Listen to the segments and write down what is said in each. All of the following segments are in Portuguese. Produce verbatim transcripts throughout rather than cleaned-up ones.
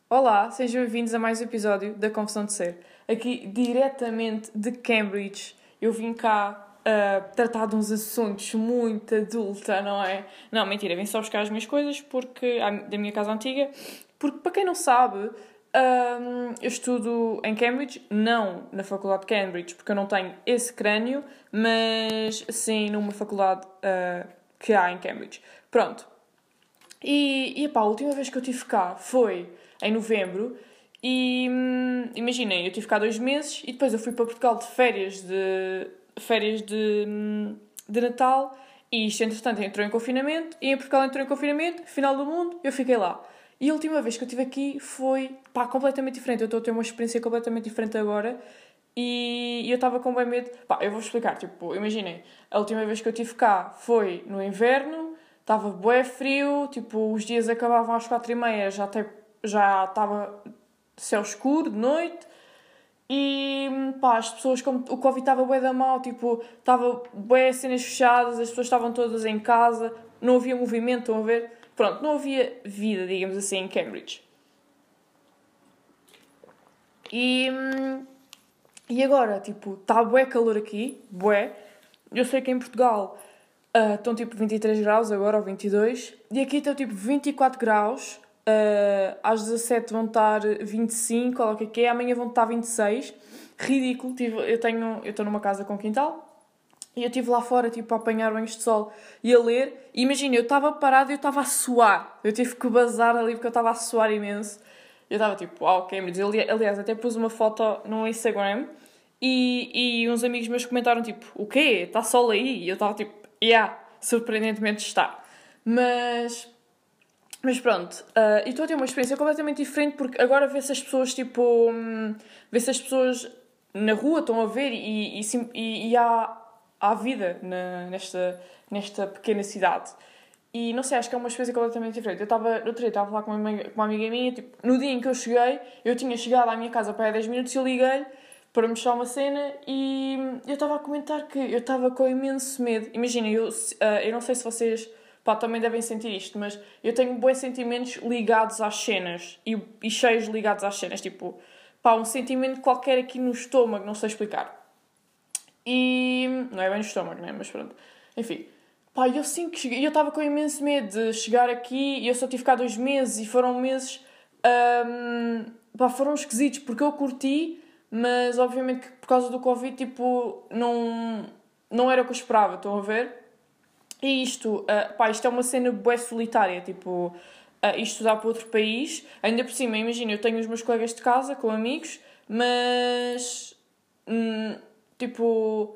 Olá, sejam bem-vindos a mais um episódio da Confissão de Ser. Aqui, diretamente de Cambridge, eu vim cá uh, tratar de uns assuntos muito adulta, não é? Não, mentira, vim só buscar as minhas coisas porque, da minha casa antiga, porque, para quem não sabe, um, eu estudo em Cambridge, não na Faculdade de Cambridge, porque eu não tenho esse crânio, mas sim numa faculdade uh, que há em Cambridge. Pronto. E, e epá, a última vez que eu estive cá foi em novembro e hum, imaginem, eu estive cá dois meses e depois eu fui para Portugal de férias de, férias de, hum, de Natal e isto entretanto entrou em confinamento e em Portugal entrou em confinamento, final do mundo, eu fiquei lá. E a última vez que eu estive aqui foi pá, completamente diferente, eu estou a ter uma experiência completamente diferente agora e eu estava com bem medo. Pá, eu vou explicar, tipo, imaginem, a última vez que eu estive cá foi no inverno. Estava bué frio, tipo, os dias acabavam às quatro e meia, já até já estava céu escuro de noite e pá, as pessoas, como o Covid estava bué da mal, tipo, estava bué cenas fechadas, as pessoas estavam todas em casa, não havia movimento, estão a ver? Pronto, não havia vida, digamos assim, em Cambridge. E, e agora, tipo, está bué calor aqui, bué. Eu sei que em Portugal Uh, estão tipo vinte e três graus agora, ou vinte e dois. E aqui estão tipo vinte e quatro graus. Uh, às dezassete vão estar vinte e cinco, ou o que é que é. Amanhã vão estar vinte e seis. Ridículo. Tipo, eu tenho, eu estou numa casa com quintal. E eu estive lá fora, tipo, a apanhar banhos de sol e a ler. E imagina, eu estava parada e eu estava a suar. Eu tive que bazar ali porque eu estava a suar imenso. Eu estava tipo, uau, Cambridge. Aliás, até pus uma foto no Instagram. E, e uns amigos meus comentaram tipo, o quê? Está sol aí? E eu estava tipo, yeah, surpreendentemente está. Mas, mas pronto, uh, e estou a ter uma experiência completamente diferente porque agora vê-se as pessoas, tipo, hum, vê-se as pessoas na rua, estão a ver e, e, e, e há, há vida na, nesta, nesta pequena cidade. E não sei, acho que é uma experiência completamente diferente. Eu estava, no outro dia, estava a falar com uma, com uma amiga minha, tipo, no dia em que eu cheguei, eu tinha chegado à minha casa para aí dez minutos e eu liguei para mostrar uma cena e eu estava a comentar que eu estava com imenso medo. Imaginem, eu, uh, eu não sei se vocês pá, também devem sentir isto, mas eu tenho bons sentimentos ligados às cenas e, e cheios ligados às cenas. Tipo, pá, um sentimento qualquer aqui no estômago, não sei explicar. E não é bem no estômago, né? Mas pronto. Enfim. Pá, eu sim que cheguei. Eu estava com imenso medo de chegar aqui e eu só tive cá dois meses e foram meses. Um, pá, foram esquisitos porque eu curti. Mas, obviamente, que por causa do Covid, tipo, não, não era o que eu esperava, estão a ver? E isto, uh, pá, isto é uma cena bué solitária, tipo, uh, isto estudar para outro país. Ainda por cima, imagina, eu tenho os meus colegas de casa, com amigos, mas, hum, tipo,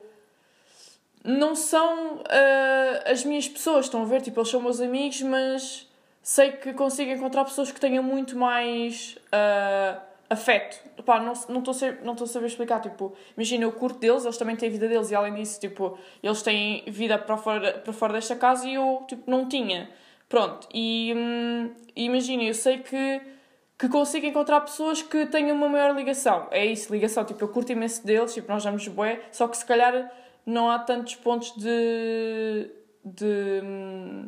não são uh, as minhas pessoas, estão a ver? Tipo, eles são meus amigos, mas sei que consigo encontrar pessoas que tenham muito mais uh, afeto. Pá, não não estou a saber, não estou a saber explicar, tipo, imagina, eu curto deles, eles também têm a vida deles e além disso, tipo, eles têm vida para fora, para fora desta casa e eu, tipo, não tinha. Pronto, e hum, imagina, eu sei que, que consigo encontrar pessoas que tenham uma maior ligação. É isso, ligação, tipo, eu curto imenso deles, tipo, nós damos bué, só que se calhar não há tantos pontos de... de... hum,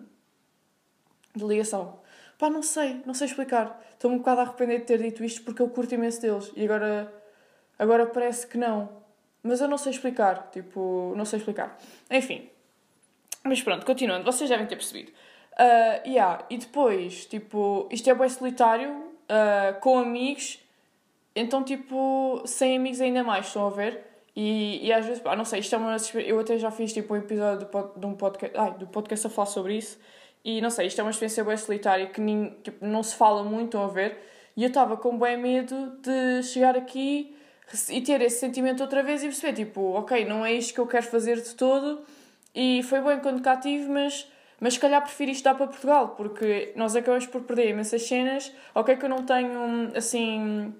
de ligação. Pá, não sei, não sei explicar. Estou-me um bocado a arrepender de ter dito isto porque eu curto imenso deles e agora, agora parece que não. Mas eu não sei explicar, tipo, não sei explicar. Enfim. Mas pronto, continuando, vocês devem ter percebido. Uh, yeah. E depois, tipo, isto é bem solitário, uh, com amigos, então, tipo, sem amigos ainda mais, estão a ver? E, e às vezes, pá, não sei, isto é uma... Eu até já fiz, tipo, um episódio de um podcast, ai, do podcast a falar sobre isso. E não sei, isto é uma experiência bem solitária que nem, tipo, não se fala muito, estão a ver? E eu estava com bem medo de chegar aqui e ter esse sentimento outra vez e perceber, tipo, ok, não é isto que eu quero fazer de todo. E foi bom enquanto cá tive, mas, mas se calhar prefiro isto dar para Portugal, porque nós acabamos por perder imensas cenas. Ok que eu não tenho, assim...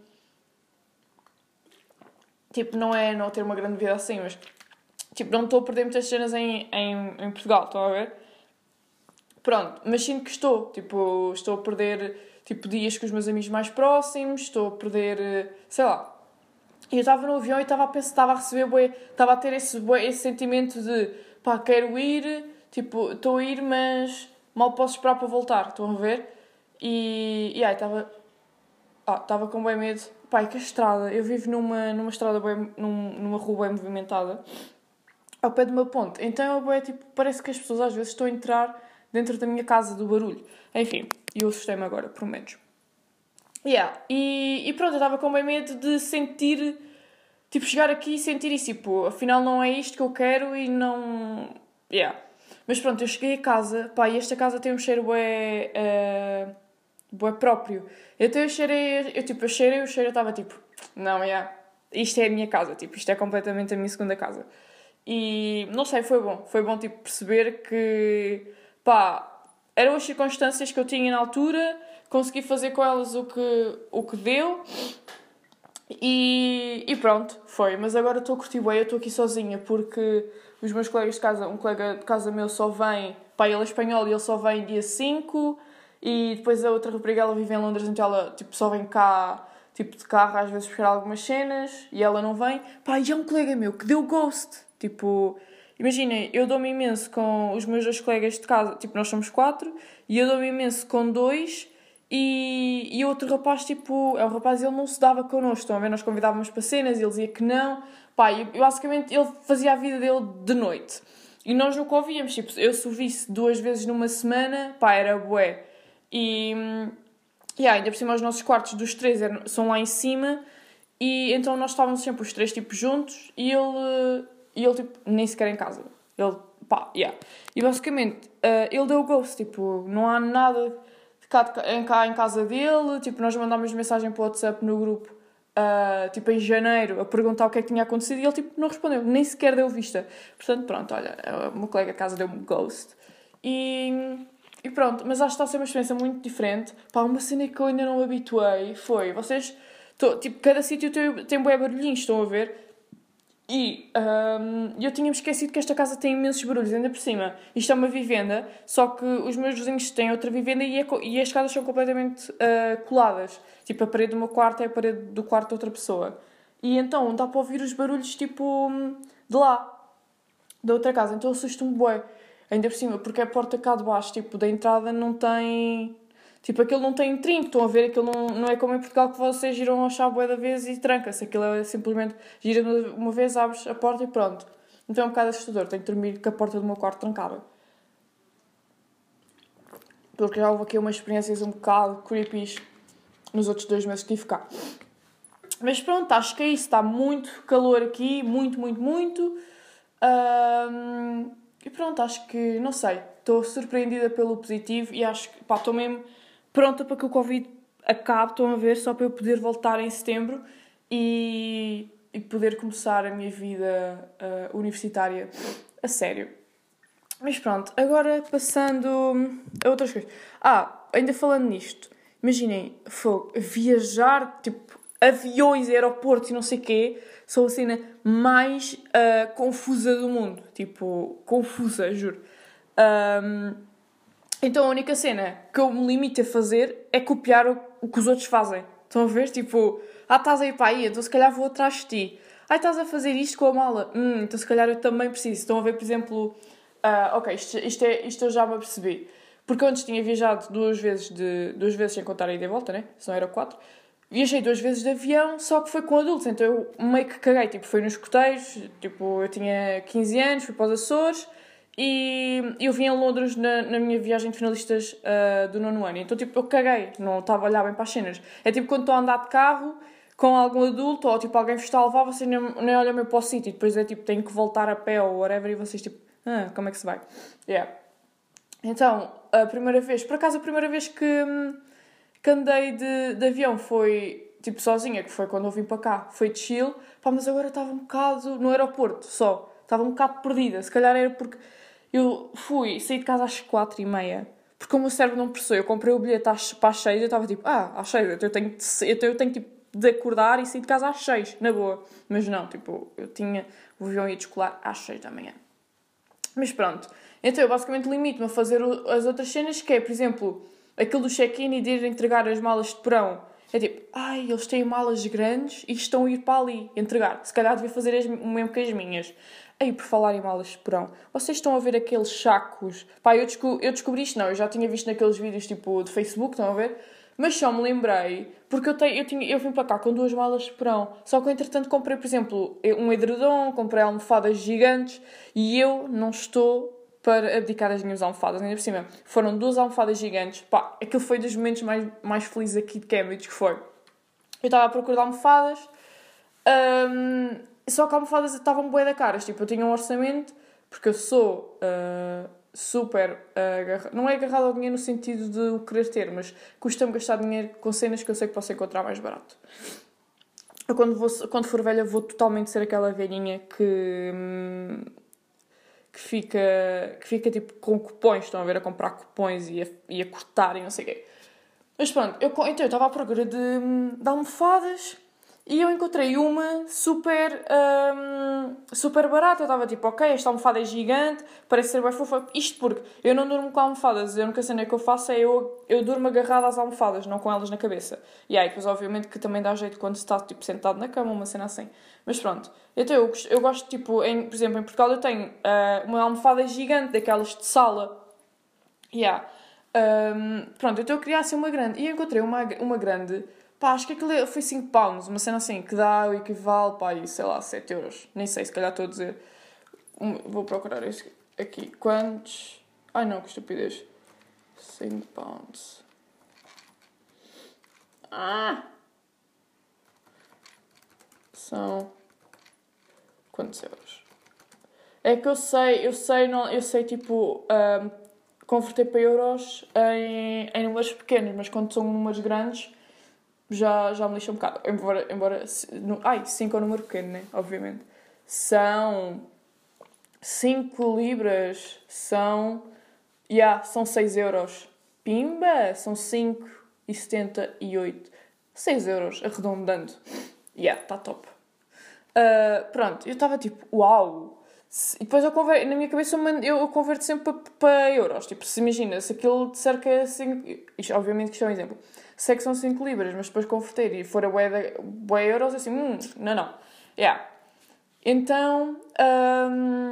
Tipo, não é não ter uma grande vida assim, mas... Tipo, não estou a perder muitas cenas em, em, em Portugal, estão a ver? Pronto, mas sinto que estou, tipo, estou a perder, tipo, dias com os meus amigos mais próximos, estou a perder, sei lá. E eu estava no avião e estava a pensar, estava a receber, bué, estava a ter esse, bué, esse sentimento de, pá, quero ir, tipo, estou a ir, mas mal posso esperar para voltar, estão a ver? E, e aí, estava... Ah, estava com bem medo. Pai, que a estrada. Eu vivo numa, numa estrada bem, num, numa rua bem movimentada, ao pé de uma ponte. Então, eu, bué, tipo, parece que as pessoas às vezes estão a entrar dentro da minha casa, do barulho. Enfim, eu assustei-me agora, pelo menos. Yeah. E, e pronto, eu estava com bem medo de sentir, tipo, chegar aqui e sentir isso, tipo, afinal não é isto que eu quero e não... Yeah. Mas pronto, eu cheguei a casa, pá, e esta casa tem um cheiro bué, uh, bué próprio. Então eu cheirei, eu tipo, eu cheirei, o cheiro estava tipo, não, yeah, isto é a minha casa, tipo, isto é completamente a minha segunda casa. E, não sei, foi bom, foi bom, tipo, perceber que, pá, eram as circunstâncias que eu tinha na altura, consegui fazer com elas o que, o que deu e, e pronto, foi. Mas agora estou a curtir bem, eu estou aqui sozinha porque os meus colegas de casa, um colega de casa meu só vem, pá, ele é espanhol e ele só vem dia cinco e depois a outra rapariga, ela vive em Londres, então ela tipo, só vem cá tipo de carro às vezes buscar algumas cenas e ela não vem. Pá, e há um colega meu que deu ghost, tipo... Imaginem, eu dou-me imenso com os meus dois colegas de casa, tipo, nós somos quatro, e eu dou-me imenso com dois, e, e outro rapaz, tipo, é um rapaz, ele não se dava connosco, estão a ver? Nós convidávamos para cenas, ele dizia que não, pá, e basicamente ele fazia a vida dele de noite. E nós nunca ouvíamos, tipo, eu se o visse duas vezes numa semana, pá, era bué. E, e yeah, ainda por cima os nossos quartos dos três eram, são lá em cima, e então nós estávamos sempre os três, tipo, juntos, e ele... E ele, tipo, nem sequer em casa. Ele, pá, yeah. E basicamente, uh, ele deu o ghost, tipo, não há nada de cá, de cá, em, cá em casa dele. Tipo, nós mandámos mensagem para o WhatsApp no grupo, uh, tipo, em janeiro, a perguntar o que é que tinha acontecido e ele, tipo, não respondeu, nem sequer deu vista. Portanto, pronto, olha, o meu colega de casa deu-me ghost. E, e pronto, mas acho que está a ser uma experiência muito diferente. Pá, uma cena que eu ainda não me habituei foi, vocês, tô, tipo, cada sítio tem, tem bué barulhinhos, estão a ver? E um, eu tinha-me esquecido que esta casa tem imensos barulhos, ainda por cima. Isto é uma vivenda, só que os meus vizinhos têm outra vivenda e, é, e as casas são completamente uh, coladas. Tipo, a parede do meu quarto é a parede do quarto de outra pessoa. E então dá para ouvir os barulhos, tipo, de lá, da outra casa. Então assusto-me bué. Ainda por cima, porque a porta cá de baixo, tipo, da entrada não tem... Tipo, aquilo não tem trinco, estão a ver? Aquilo não, não é como em Portugal que vocês giram a chave bué da vez e tranca-se. Aquilo é simplesmente gira uma vez, abres a porta e pronto. Então é um bocado assustador. Tenho que dormir com a porta do meu quarto trancada. Porque já houve aqui umas experiências um bocado creepy nos outros dois meses que estive cá. Mas pronto, acho que é isso. Está muito calor aqui. Muito, muito, muito. Um, e pronto, acho que, não sei. Estou surpreendida pelo positivo e acho que, pá, estou mesmo... pronta para que o Covid acabe, estão a ver, só para eu poder voltar em setembro e, e poder começar a minha vida uh, universitária a sério. Mas pronto, agora passando a outras coisas. Ah, ainda falando nisto, imaginem, fogo, viajar, tipo, aviões, aeroportos e não sei o quê, são a cena mais uh, confusa do mundo. Tipo, confusa, juro. Um, Então a única cena que eu me limito a fazer é copiar o, o que os outros fazem. Estão a ver? Tipo, ah, estás aí para aí, então se calhar vou atrás de ti. Ah, estás a fazer isto com a mala. Hum, então se calhar eu também preciso. Estão a ver, por exemplo, uh, ok, isto, isto, é, isto eu já me apercebi. Porque antes tinha viajado duas vezes, de, duas vezes sem contar a ida e volta, né? Se não era quatro. Viajei duas vezes de avião, só que foi com adultos. Então eu meio que caguei. Tipo, foi nos escoteiros. Tipo, eu tinha quinze anos, fui para os Açores. E eu vim a Londres na, na minha viagem de finalistas uh, do nono ano. Então, tipo, eu caguei. Não estava a olhar bem para as cenas. É tipo quando estou a andar de carro com algum adulto ou, tipo, alguém vos está a levar, vocês nem, nem olham mesmo para o sítio. Depois é, tipo, tenho que voltar a pé ou whatever e vocês, tipo, ah, como é que se vai? Yeah. Então, a primeira vez... Por acaso, a primeira vez que, que andei de, de avião foi, tipo, sozinha, que foi quando eu vim para cá. Foi de chill. Pá, mas agora estava um bocado no aeroporto, só. Estava um bocado perdida. Se calhar era porque... Eu fui, saí de casa às quatro e meia, porque o meu cérebro não processou. Eu comprei o bilhete às, para as seis e eu estava tipo, ah, às seis, então eu tenho, de, então eu tenho tipo, de acordar e sair de casa às seis, na boa. Mas não, tipo, eu tinha, o avião ia descolar às seis da manhã. Mas pronto, então eu basicamente limito-me a fazer o, as outras cenas, que é, por exemplo, aquilo do check-in e de ir entregar as malas de porão. É tipo, ai, eles têm malas grandes e estão a ir para ali entregar. Se calhar devia fazer as, o mesmo que as minhas. Aí, por falar em malas de porão, vocês estão a ver aqueles sacos? Pá, eu, desco- eu descobri isto, não, eu já tinha visto naqueles vídeos tipo de Facebook, estão a ver? Mas só me lembrei, porque eu, tenho, eu, tinha, eu vim para cá com duas malas de esperão. Só que eu, entretanto, comprei, por exemplo, um edredom, comprei almofadas gigantes e eu não estou para abdicar das minhas almofadas. Ainda por cima, foram duas almofadas gigantes. Pá, aquilo foi dos momentos mais, mais felizes aqui de Cambridge, que foi. Eu estava à procura de almofadas, hum, só que almofadas estavam bué da caras. Tipo, eu tinha um orçamento, porque eu sou... Uh, super uh, agarrada, não é agarrada ao dinheiro no sentido de o querer ter, mas custa-me gastar dinheiro com cenas que eu sei que posso encontrar mais barato. Eu quando, vou, quando for velha vou totalmente ser aquela velhinha que, hum, que, fica, que fica tipo com cupons, estão a ver, a comprar cupons e a, e a cortar e não sei o quê. Mas pronto, eu, então eu estava à procura de, de almofadas e eu encontrei uma super, um, super barata. Eu estava tipo, ok, esta almofada é gigante, parece ser bem fofa. Isto porque eu não durmo com almofadas. A única cena que eu faço é eu, eu durmo agarrada às almofadas, não com elas na cabeça. E aí, depois obviamente que também dá jeito quando se está tipo, sentado na cama, uma cena assim. Mas pronto, então eu, eu gosto, tipo, em, por exemplo, em Portugal eu tenho uh, uma almofada gigante, daquelas de sala. Yeah. Um, pronto, então eu queria assim uma grande. E eu encontrei uma, uma grande... Pá, acho que aquilo foi cinco pounds, uma cena assim, que dá o equivale, pá, e sei lá, sete euros. Nem sei, se calhar estou a dizer. Um, vou procurar isso aqui. Quantos? Ai não, que estupidez. cinco pounds. Ah! São... Quantos euros? É que eu sei, eu sei, não, eu sei tipo, um, converter para euros em, em números pequenos, mas quando são números grandes... Já, já me lixa um bocado. Embora, embora... Ai, cinco é um número pequeno, né? Obviamente. São... cinco libras. São... Já, yeah, são seis euros. Pimba! São cinco e setenta e oito. seis euros, arredondando. Já, yeah, está top. Uh, pronto, eu estava tipo, uau! E depois eu conver... na minha cabeça eu, eu converto sempre para, para euros. Tipo, se imagina, se aquilo disser que é cinco... Isto, obviamente que isto é um exemplo. Sei que são cinco libras, mas depois converter e for a bué euros, assim, hum, não, não. Yeah. Então, um...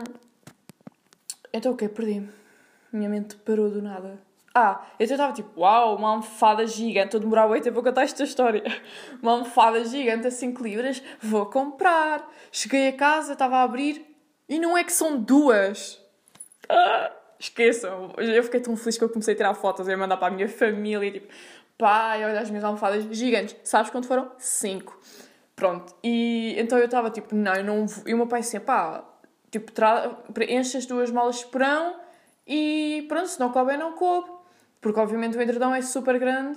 então o quê? Perdi-me. Minha mente parou do nada. Ah, então eu estava tipo, uau, uma almofada gigante. Estou a demorar muito tempo a contar esta história. Uma almofada gigante a cinco libras, vou comprar. Cheguei a casa, estava a abrir e não é que são duas. Ah, esqueçam. Eu fiquei tão feliz que eu comecei a tirar fotos e a mandar para a minha família, tipo... Pai, olha as minhas almofadas gigantes. Sabes quanto foram? Cinco. Pronto. E então eu estava tipo, não, eu não vou. E o meu pai assim, pá, tipo, tra... enche as duas malas de esperão e pronto, se não couber, não coube. Porque obviamente o edredom é super grande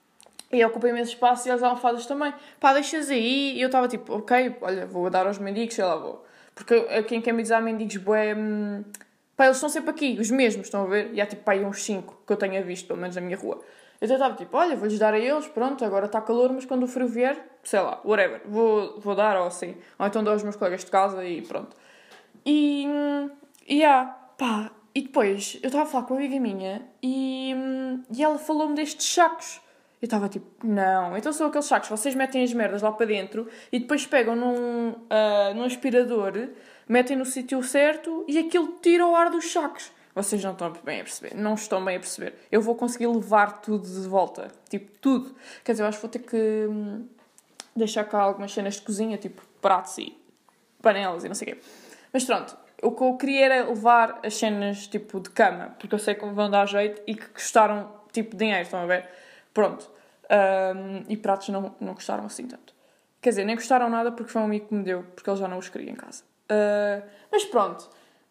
e ocupa imenso espaço e as almofadas também. Pá, deixas aí. E eu estava tipo, ok, olha, vou dar aos mendigos, sei lá, vou. Porque aqui em Cambridge há mendigos bué... Hum... Pá, eles estão sempre aqui, os mesmos, estão a ver? E há tipo, pá, aí uns cinco que eu tenha visto, pelo menos na minha rua. Então eu estava tipo, olha, vou-lhes dar a eles, pronto, agora está calor, mas quando o frio vier, sei lá, whatever, vou, vou dar ou assim. Ou então dou aos meus colegas de casa e pronto. E, e yeah, pá, e depois eu estava a falar com uma amiga minha e, e ela falou-me destes sacos. Eu estava tipo, não, então são aqueles sacos, vocês metem as merdas lá para dentro e depois pegam num, uh, num aspirador, metem no sítio certo e aquilo tira o ar dos sacos. Vocês não estão bem a perceber. Não estão bem a perceber. Eu vou conseguir levar tudo de volta. Tipo, tudo. Quer dizer, eu acho que vou ter que hum, deixar cá algumas cenas de cozinha, tipo pratos e panelas e não sei o quê. Mas pronto. O que eu queria era levar as cenas, tipo, de cama. Porque eu sei que vão dar jeito e que custaram, tipo, dinheiro. Estão a ver? Pronto. Um, e pratos não, não custaram assim tanto. Quer dizer, nem custaram nada porque foi um amigo que me deu. Porque ele já não os queria em casa. Uh, mas pronto.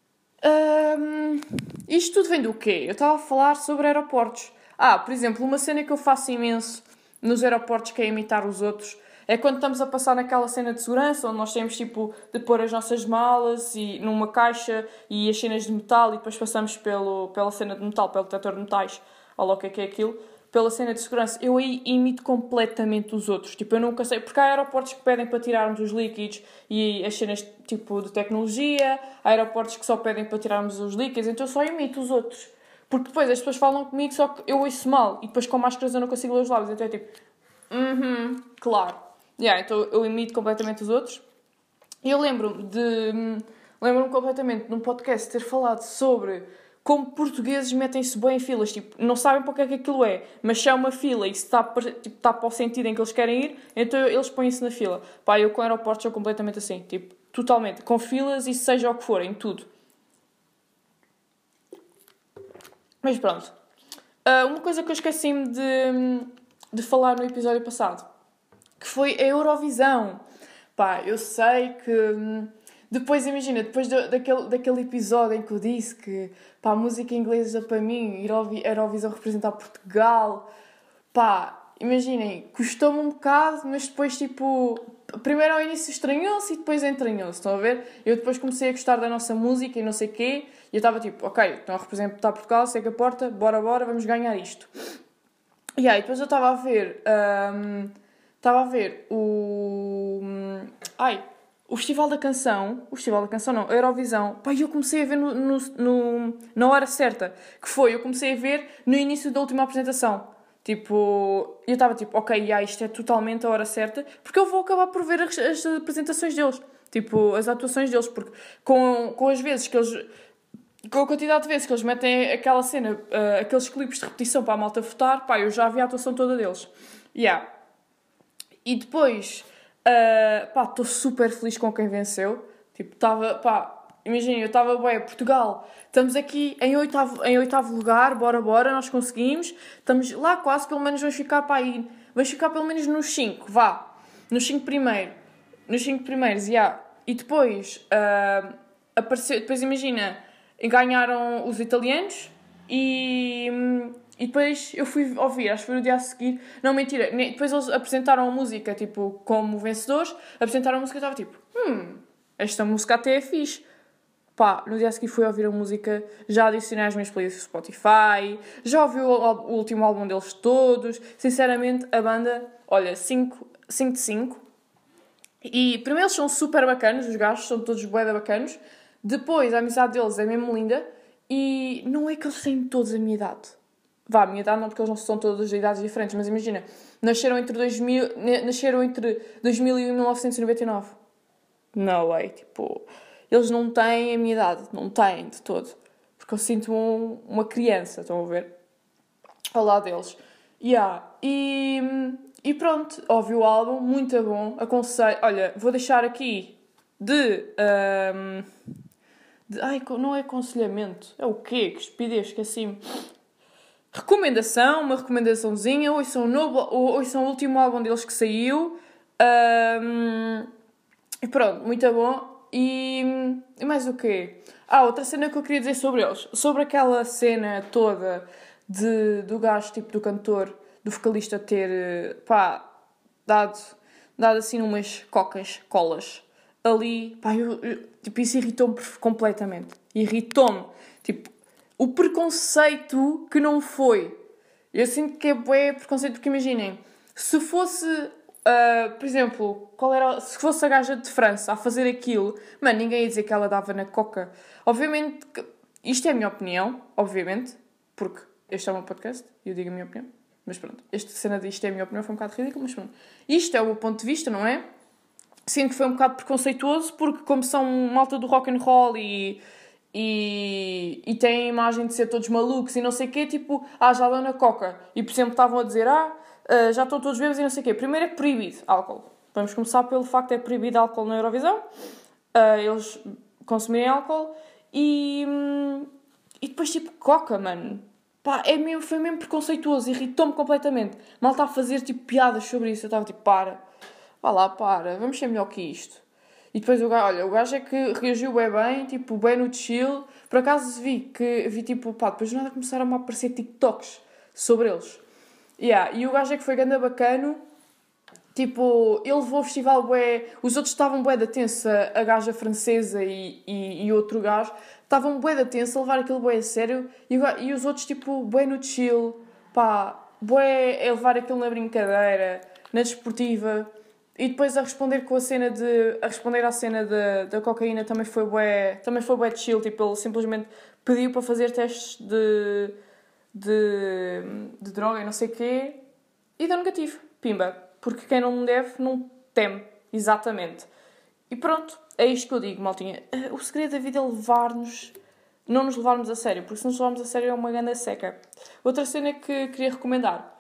Um, isto tudo vem do quê? Eu estava a falar sobre aeroportos. Ah, por exemplo, uma cena que eu faço imenso nos aeroportos que é imitar os outros é quando estamos a passar naquela cena de segurança onde nós temos tipo de pôr as nossas malas e, numa caixa e as cenas de metal e depois passamos pelo, pela cena de metal, pelo detector de metais, ou lá o que é que é aquilo, pela cena de segurança. Eu aí imito completamente os outros. Tipo, eu nunca sei. Porque há aeroportos que pedem para tirarmos os líquidos e as cenas tipo de tecnologia. Há aeroportos que só pedem para tirarmos os líquidos. Então eu só imito os outros. Porque depois as pessoas falam comigo, só que eu ouço mal. E depois com máscaras eu não consigo ler os lábios. Então é tipo... Uhum, claro. Yeah, então eu imito completamente os outros. E eu lembro-me de... Lembro-me completamente num podcast ter falado sobre como portugueses metem-se bem em filas, tipo, não sabem para o que é que aquilo é, mas se é uma fila e se está para, tipo, está para o sentido em que eles querem ir, então eles põem-se na fila. Pá, eu com aeroportos sou completamente assim, tipo, totalmente, com filas e seja o que for, em tudo. Mas pronto. Uh, uma coisa que eu esqueci-me de, de falar no episódio passado, que foi a Eurovisão. Pá, eu sei que... Depois, imagina, depois do, daquele, daquele episódio em que eu disse que, pá, a música inglesa para mim, ir ao Eurovisão representar Portugal, pá, imaginem, custou-me um bocado, mas depois, tipo, primeiro ao início estranhou-se e depois entranhou-se, estão a ver? Eu depois comecei a gostar da nossa música e não sei o quê, e eu estava tipo, ok, estão a representar Portugal, sei que a porta, bora, bora, vamos ganhar isto. E aí, depois eu estava a ver, estava um, a ver o... Ai... O Festival da Canção, o Festival da Canção não, a Eurovisão, pá, eu comecei a ver no, no, no, na hora certa, que foi, eu comecei a ver no início da última apresentação. Tipo, eu estava tipo, ok, yeah, isto é totalmente a hora certa, porque eu vou acabar por ver as, as apresentações deles, tipo, as atuações deles, porque com, com as vezes que eles, com a quantidade de vezes que eles metem aquela cena, uh, aqueles clipes de repetição para a malta votar, pá, eu já vi a atuação toda deles. Yeah. E depois... Uh, pá, estou super feliz com quem venceu. Tipo, estava, pá, imaginem, eu estava bem, Portugal, estamos aqui em oitavo, em oitavo lugar, bora, bora, nós conseguimos. Estamos lá quase, pelo menos vamos ficar para aí, vamos ficar pelo menos nos cinco, vá, nos cinco primeiros, nos cinco primeiros, já. Yeah. E depois, uh, apareceu, depois imagina, ganharam os italianos e... E depois eu fui ouvir, acho que foi no dia a seguir. Não, mentira. Depois eles apresentaram a música, tipo, como vencedores. Apresentaram a música e eu estava tipo, hum, esta música até é fixe. Pá, no dia a seguir fui ouvir a música, já adicionei às minhas playlists do Spotify, já ouvi o, o último álbum deles todos. Sinceramente, a banda, olha, cinco de cinco. E primeiro eles são super bacanos, os gajos são todos bué da bacanos. Depois a amizade deles é mesmo linda. E não é que eles têm todos a minha idade. Vá, a minha idade não, porque eles não são todas de idades diferentes, mas imagina, nasceram entre dois mil, nasceram entre dois mil e mil novecentos e noventa e nove. No way, tipo, eles não têm a minha idade, não têm de todo. Porque eu sinto um, uma criança, estão a ver? Ao lado deles. Yeah. E, e pronto, ouvi o álbum, muito bom, aconselho, olha, vou deixar aqui de... Um, de ai, não é aconselhamento, é o quê? Que estupidez, esqueci-me. Recomendação, uma recomendaçãozinha. Ouçam o, novo, ouçam o último álbum deles que saiu. Um, e pronto, muito bom. E, e mais o quê? Ah, outra cena que eu queria dizer sobre eles. Sobre aquela cena toda de, do gajo, tipo, do cantor, do vocalista ter, pá, dado, dado assim umas cocas, colas. Ali, pá, eu, eu, tipo, isso irritou-me completamente. Irritou-me. Tipo, o preconceito que não foi. Eu sinto que é bué preconceito, porque imaginem, se fosse, uh, por exemplo, qual era, se fosse a gaja de França a fazer aquilo, mano, ninguém ia dizer que ela dava na coca. Obviamente, que, isto é a minha opinião, obviamente, porque este é o meu podcast e eu digo a minha opinião, mas pronto, esta cena de isto é a minha opinião foi um bocado ridícula, mas pronto. Isto é o meu ponto de vista, não é? Sinto que foi um bocado preconceituoso, porque como são malta do rock and roll e... E, e tem a imagem de ser todos malucos e não sei o quê, tipo, ah, já dão na coca. E, por exemplo, estavam a dizer, ah, uh, já estão todos bêbados e não sei o quê. Primeiro é proibido álcool. Vamos começar pelo facto de é proibido álcool na Eurovisão. Uh, eles consumirem álcool. E, hum, e depois, tipo, coca, mano. Pá, é mesmo, foi mesmo preconceituoso. Irritou-me completamente. Mal está a fazer, tipo, piadas sobre isso. Eu estava tipo, para. Vá lá, para. Vamos ser melhor que isto. E depois o gajo, olha, o gajo é que reagiu bem bem, tipo, bem no chill. Por acaso vi que, vi tipo, pá, depois de nada começaram a aparecer TikToks sobre eles. Yeah. E o gajo é que foi ganda bacano. Tipo, ele levou o festival bué, os outros estavam bué da tensa, a gaja francesa e, e, e outro gajo, estavam bué da tensa a levar aquilo bué a sério. E, e os outros, tipo, bué no chill, pá, bué a levar aquilo na brincadeira, na desportiva. E depois a responder com a cena de... A responder à cena de, da cocaína também foi bué... Também foi bué chill. Tipo, ele simplesmente pediu para fazer testes de... De, de droga e não sei o quê. E deu negativo. Pimba. Porque quem não deve, não teme. Exatamente. E pronto. É isto que eu digo, maltinha. O segredo da vida é levar-nos não nos levarmos a sério, porque se nos levarmos a sério é uma grande seca. Outra cena que queria recomendar.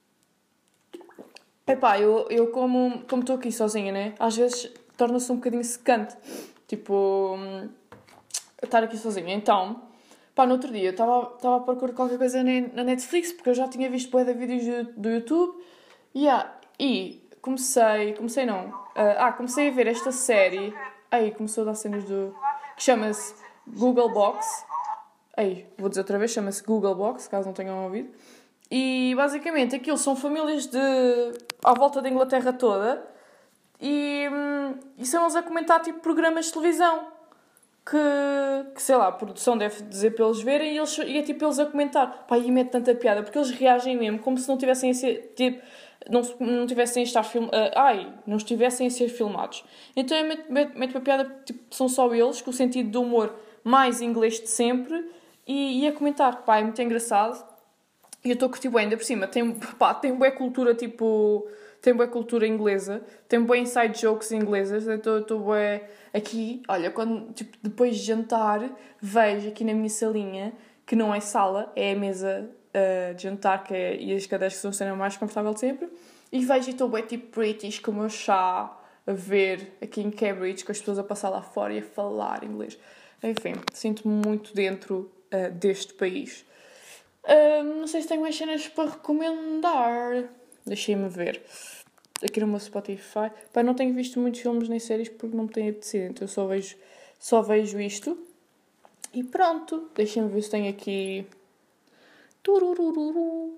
Epá, eu, eu como como estou aqui sozinha, né? Às vezes torna-se um bocadinho secante. Tipo, hum, estar aqui sozinha. Então, pá, no outro dia eu estava a procurar qualquer coisa na Netflix, porque eu já tinha visto bué de vídeos do, do YouTube. Yeah, e comecei, comecei não. ah, ah, comecei a ver esta série. Aí, começou a dar cenas do... que chama-se Google Box. Aí, vou dizer outra vez, chama-se Google Box, caso não tenham ouvido. E basicamente aquilo são famílias de à volta da Inglaterra toda e, hum, e são eles a comentar tipo programas de televisão que, que sei lá, a produção deve dizer para eles verem e, eles, e é tipo eles a comentar. Pá, e mete tanta piada porque eles reagem mesmo como se não tivessem a ser tipo, não, não tivessem a estar film, uh, ai, não estivessem a ser filmados. Então é mete, mete, mete uma piada, tipo, são só eles com o sentido de humor mais inglês de sempre e, e a comentar. Pá, é muito engraçado. E eu estou a curtir bem, ainda por cima, tem, pá, tem boa cultura, tipo... Tem boa cultura inglesa, tem boa inside jokes inglesas, eu estou bué... Aqui, olha, quando, tipo, depois de jantar, vejo aqui na minha salinha, que não é sala, é a mesa uh, de jantar, que é, e as cadeiras que são a cena mais confortável de sempre, e vejo e estou bué, tipo, British, com o meu chá, a ver aqui em Cambridge, com as pessoas a passar lá fora e a falar inglês. Enfim, sinto-me muito dentro uh, deste país. Uh, não sei se tenho mais cenas para recomendar. Deixem-me ver. Aqui no meu Spotify. Pá, não tenho visto muitos filmes nem séries porque não me têm apetecido. Então eu só vejo, só vejo isto. E pronto. Deixem-me ver se tenho aqui... Tururururu.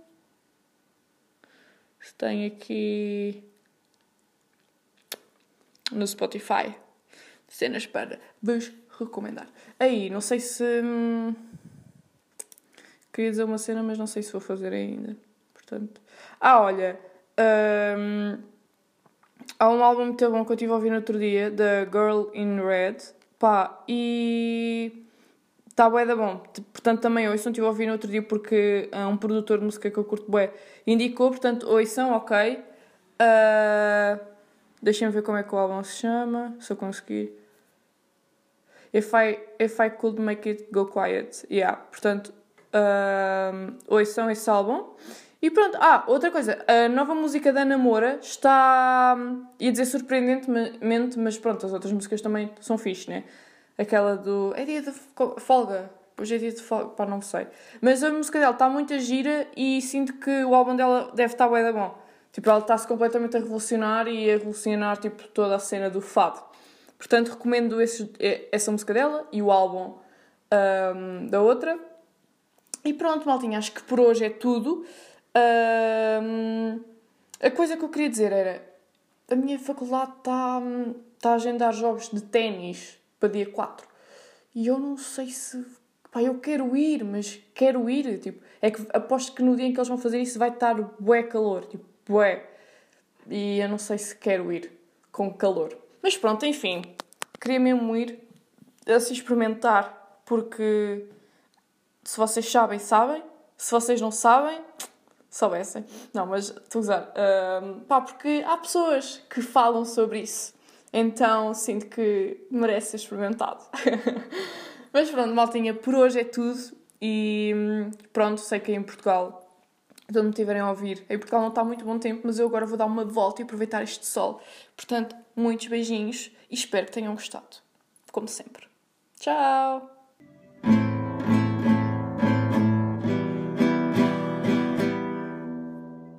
Se tenho aqui... No Spotify. Cenas para vos recomendar. Aí, não sei se... Hum... Queria dizer uma cena, mas não sei se vou fazer ainda. Portanto... Ah, olha... Um, há um álbum muito bom que eu estive a ouvir no outro dia, da Girl in Red. Pá, e... Está bué da bom. Portanto, também ouçam. Estive a ouvir no outro dia porque é um produtor de música que eu curto bué indicou. Portanto, ouçam, ok. Uh, Deixem-me ver como é que o álbum se chama. Se eu conseguir. If I, if I Could Make It Go Quiet. Yeah, portanto... Uh, ouçam esse álbum. E pronto, ah, outra coisa, a nova música da Ana Moura está, ia dizer surpreendentemente, mas pronto, as outras músicas também são fixe, né? Aquela do, é dia de folga, hoje é dia de folga, pá, não sei. Mas a música dela está muito gira e sinto que o álbum dela deve estar bué da bom. Tipo, ela está-se completamente a revolucionar e a revolucionar, tipo, toda a cena do fado. Portanto, recomendo esse, essa música dela e o álbum um, da outra. E pronto, maltinha, acho que por hoje é tudo. Um, a coisa que eu queria dizer era, a minha faculdade está tá a agendar jogos de ténis para dia quatro e eu não sei se, pá, eu quero ir, mas quero ir, tipo, é que aposto que no dia em que eles vão fazer isso vai estar bué calor, tipo, bué, e eu não sei se quero ir com calor, mas pronto, enfim, queria mesmo ir a se experimentar, porque se vocês sabem, sabem, se vocês não sabem, soubessem. Não, mas estou a usar. Um, pá, porque há pessoas que falam sobre isso. Então sinto que merece ser experimentado. Mas pronto, maltinha, por hoje é tudo. E pronto, sei que em Portugal, quando me tiverem a ouvir, em Portugal não está muito bom tempo, mas eu agora vou dar uma volta e aproveitar este sol. Portanto, muitos beijinhos e espero que tenham gostado. Como sempre. Tchau!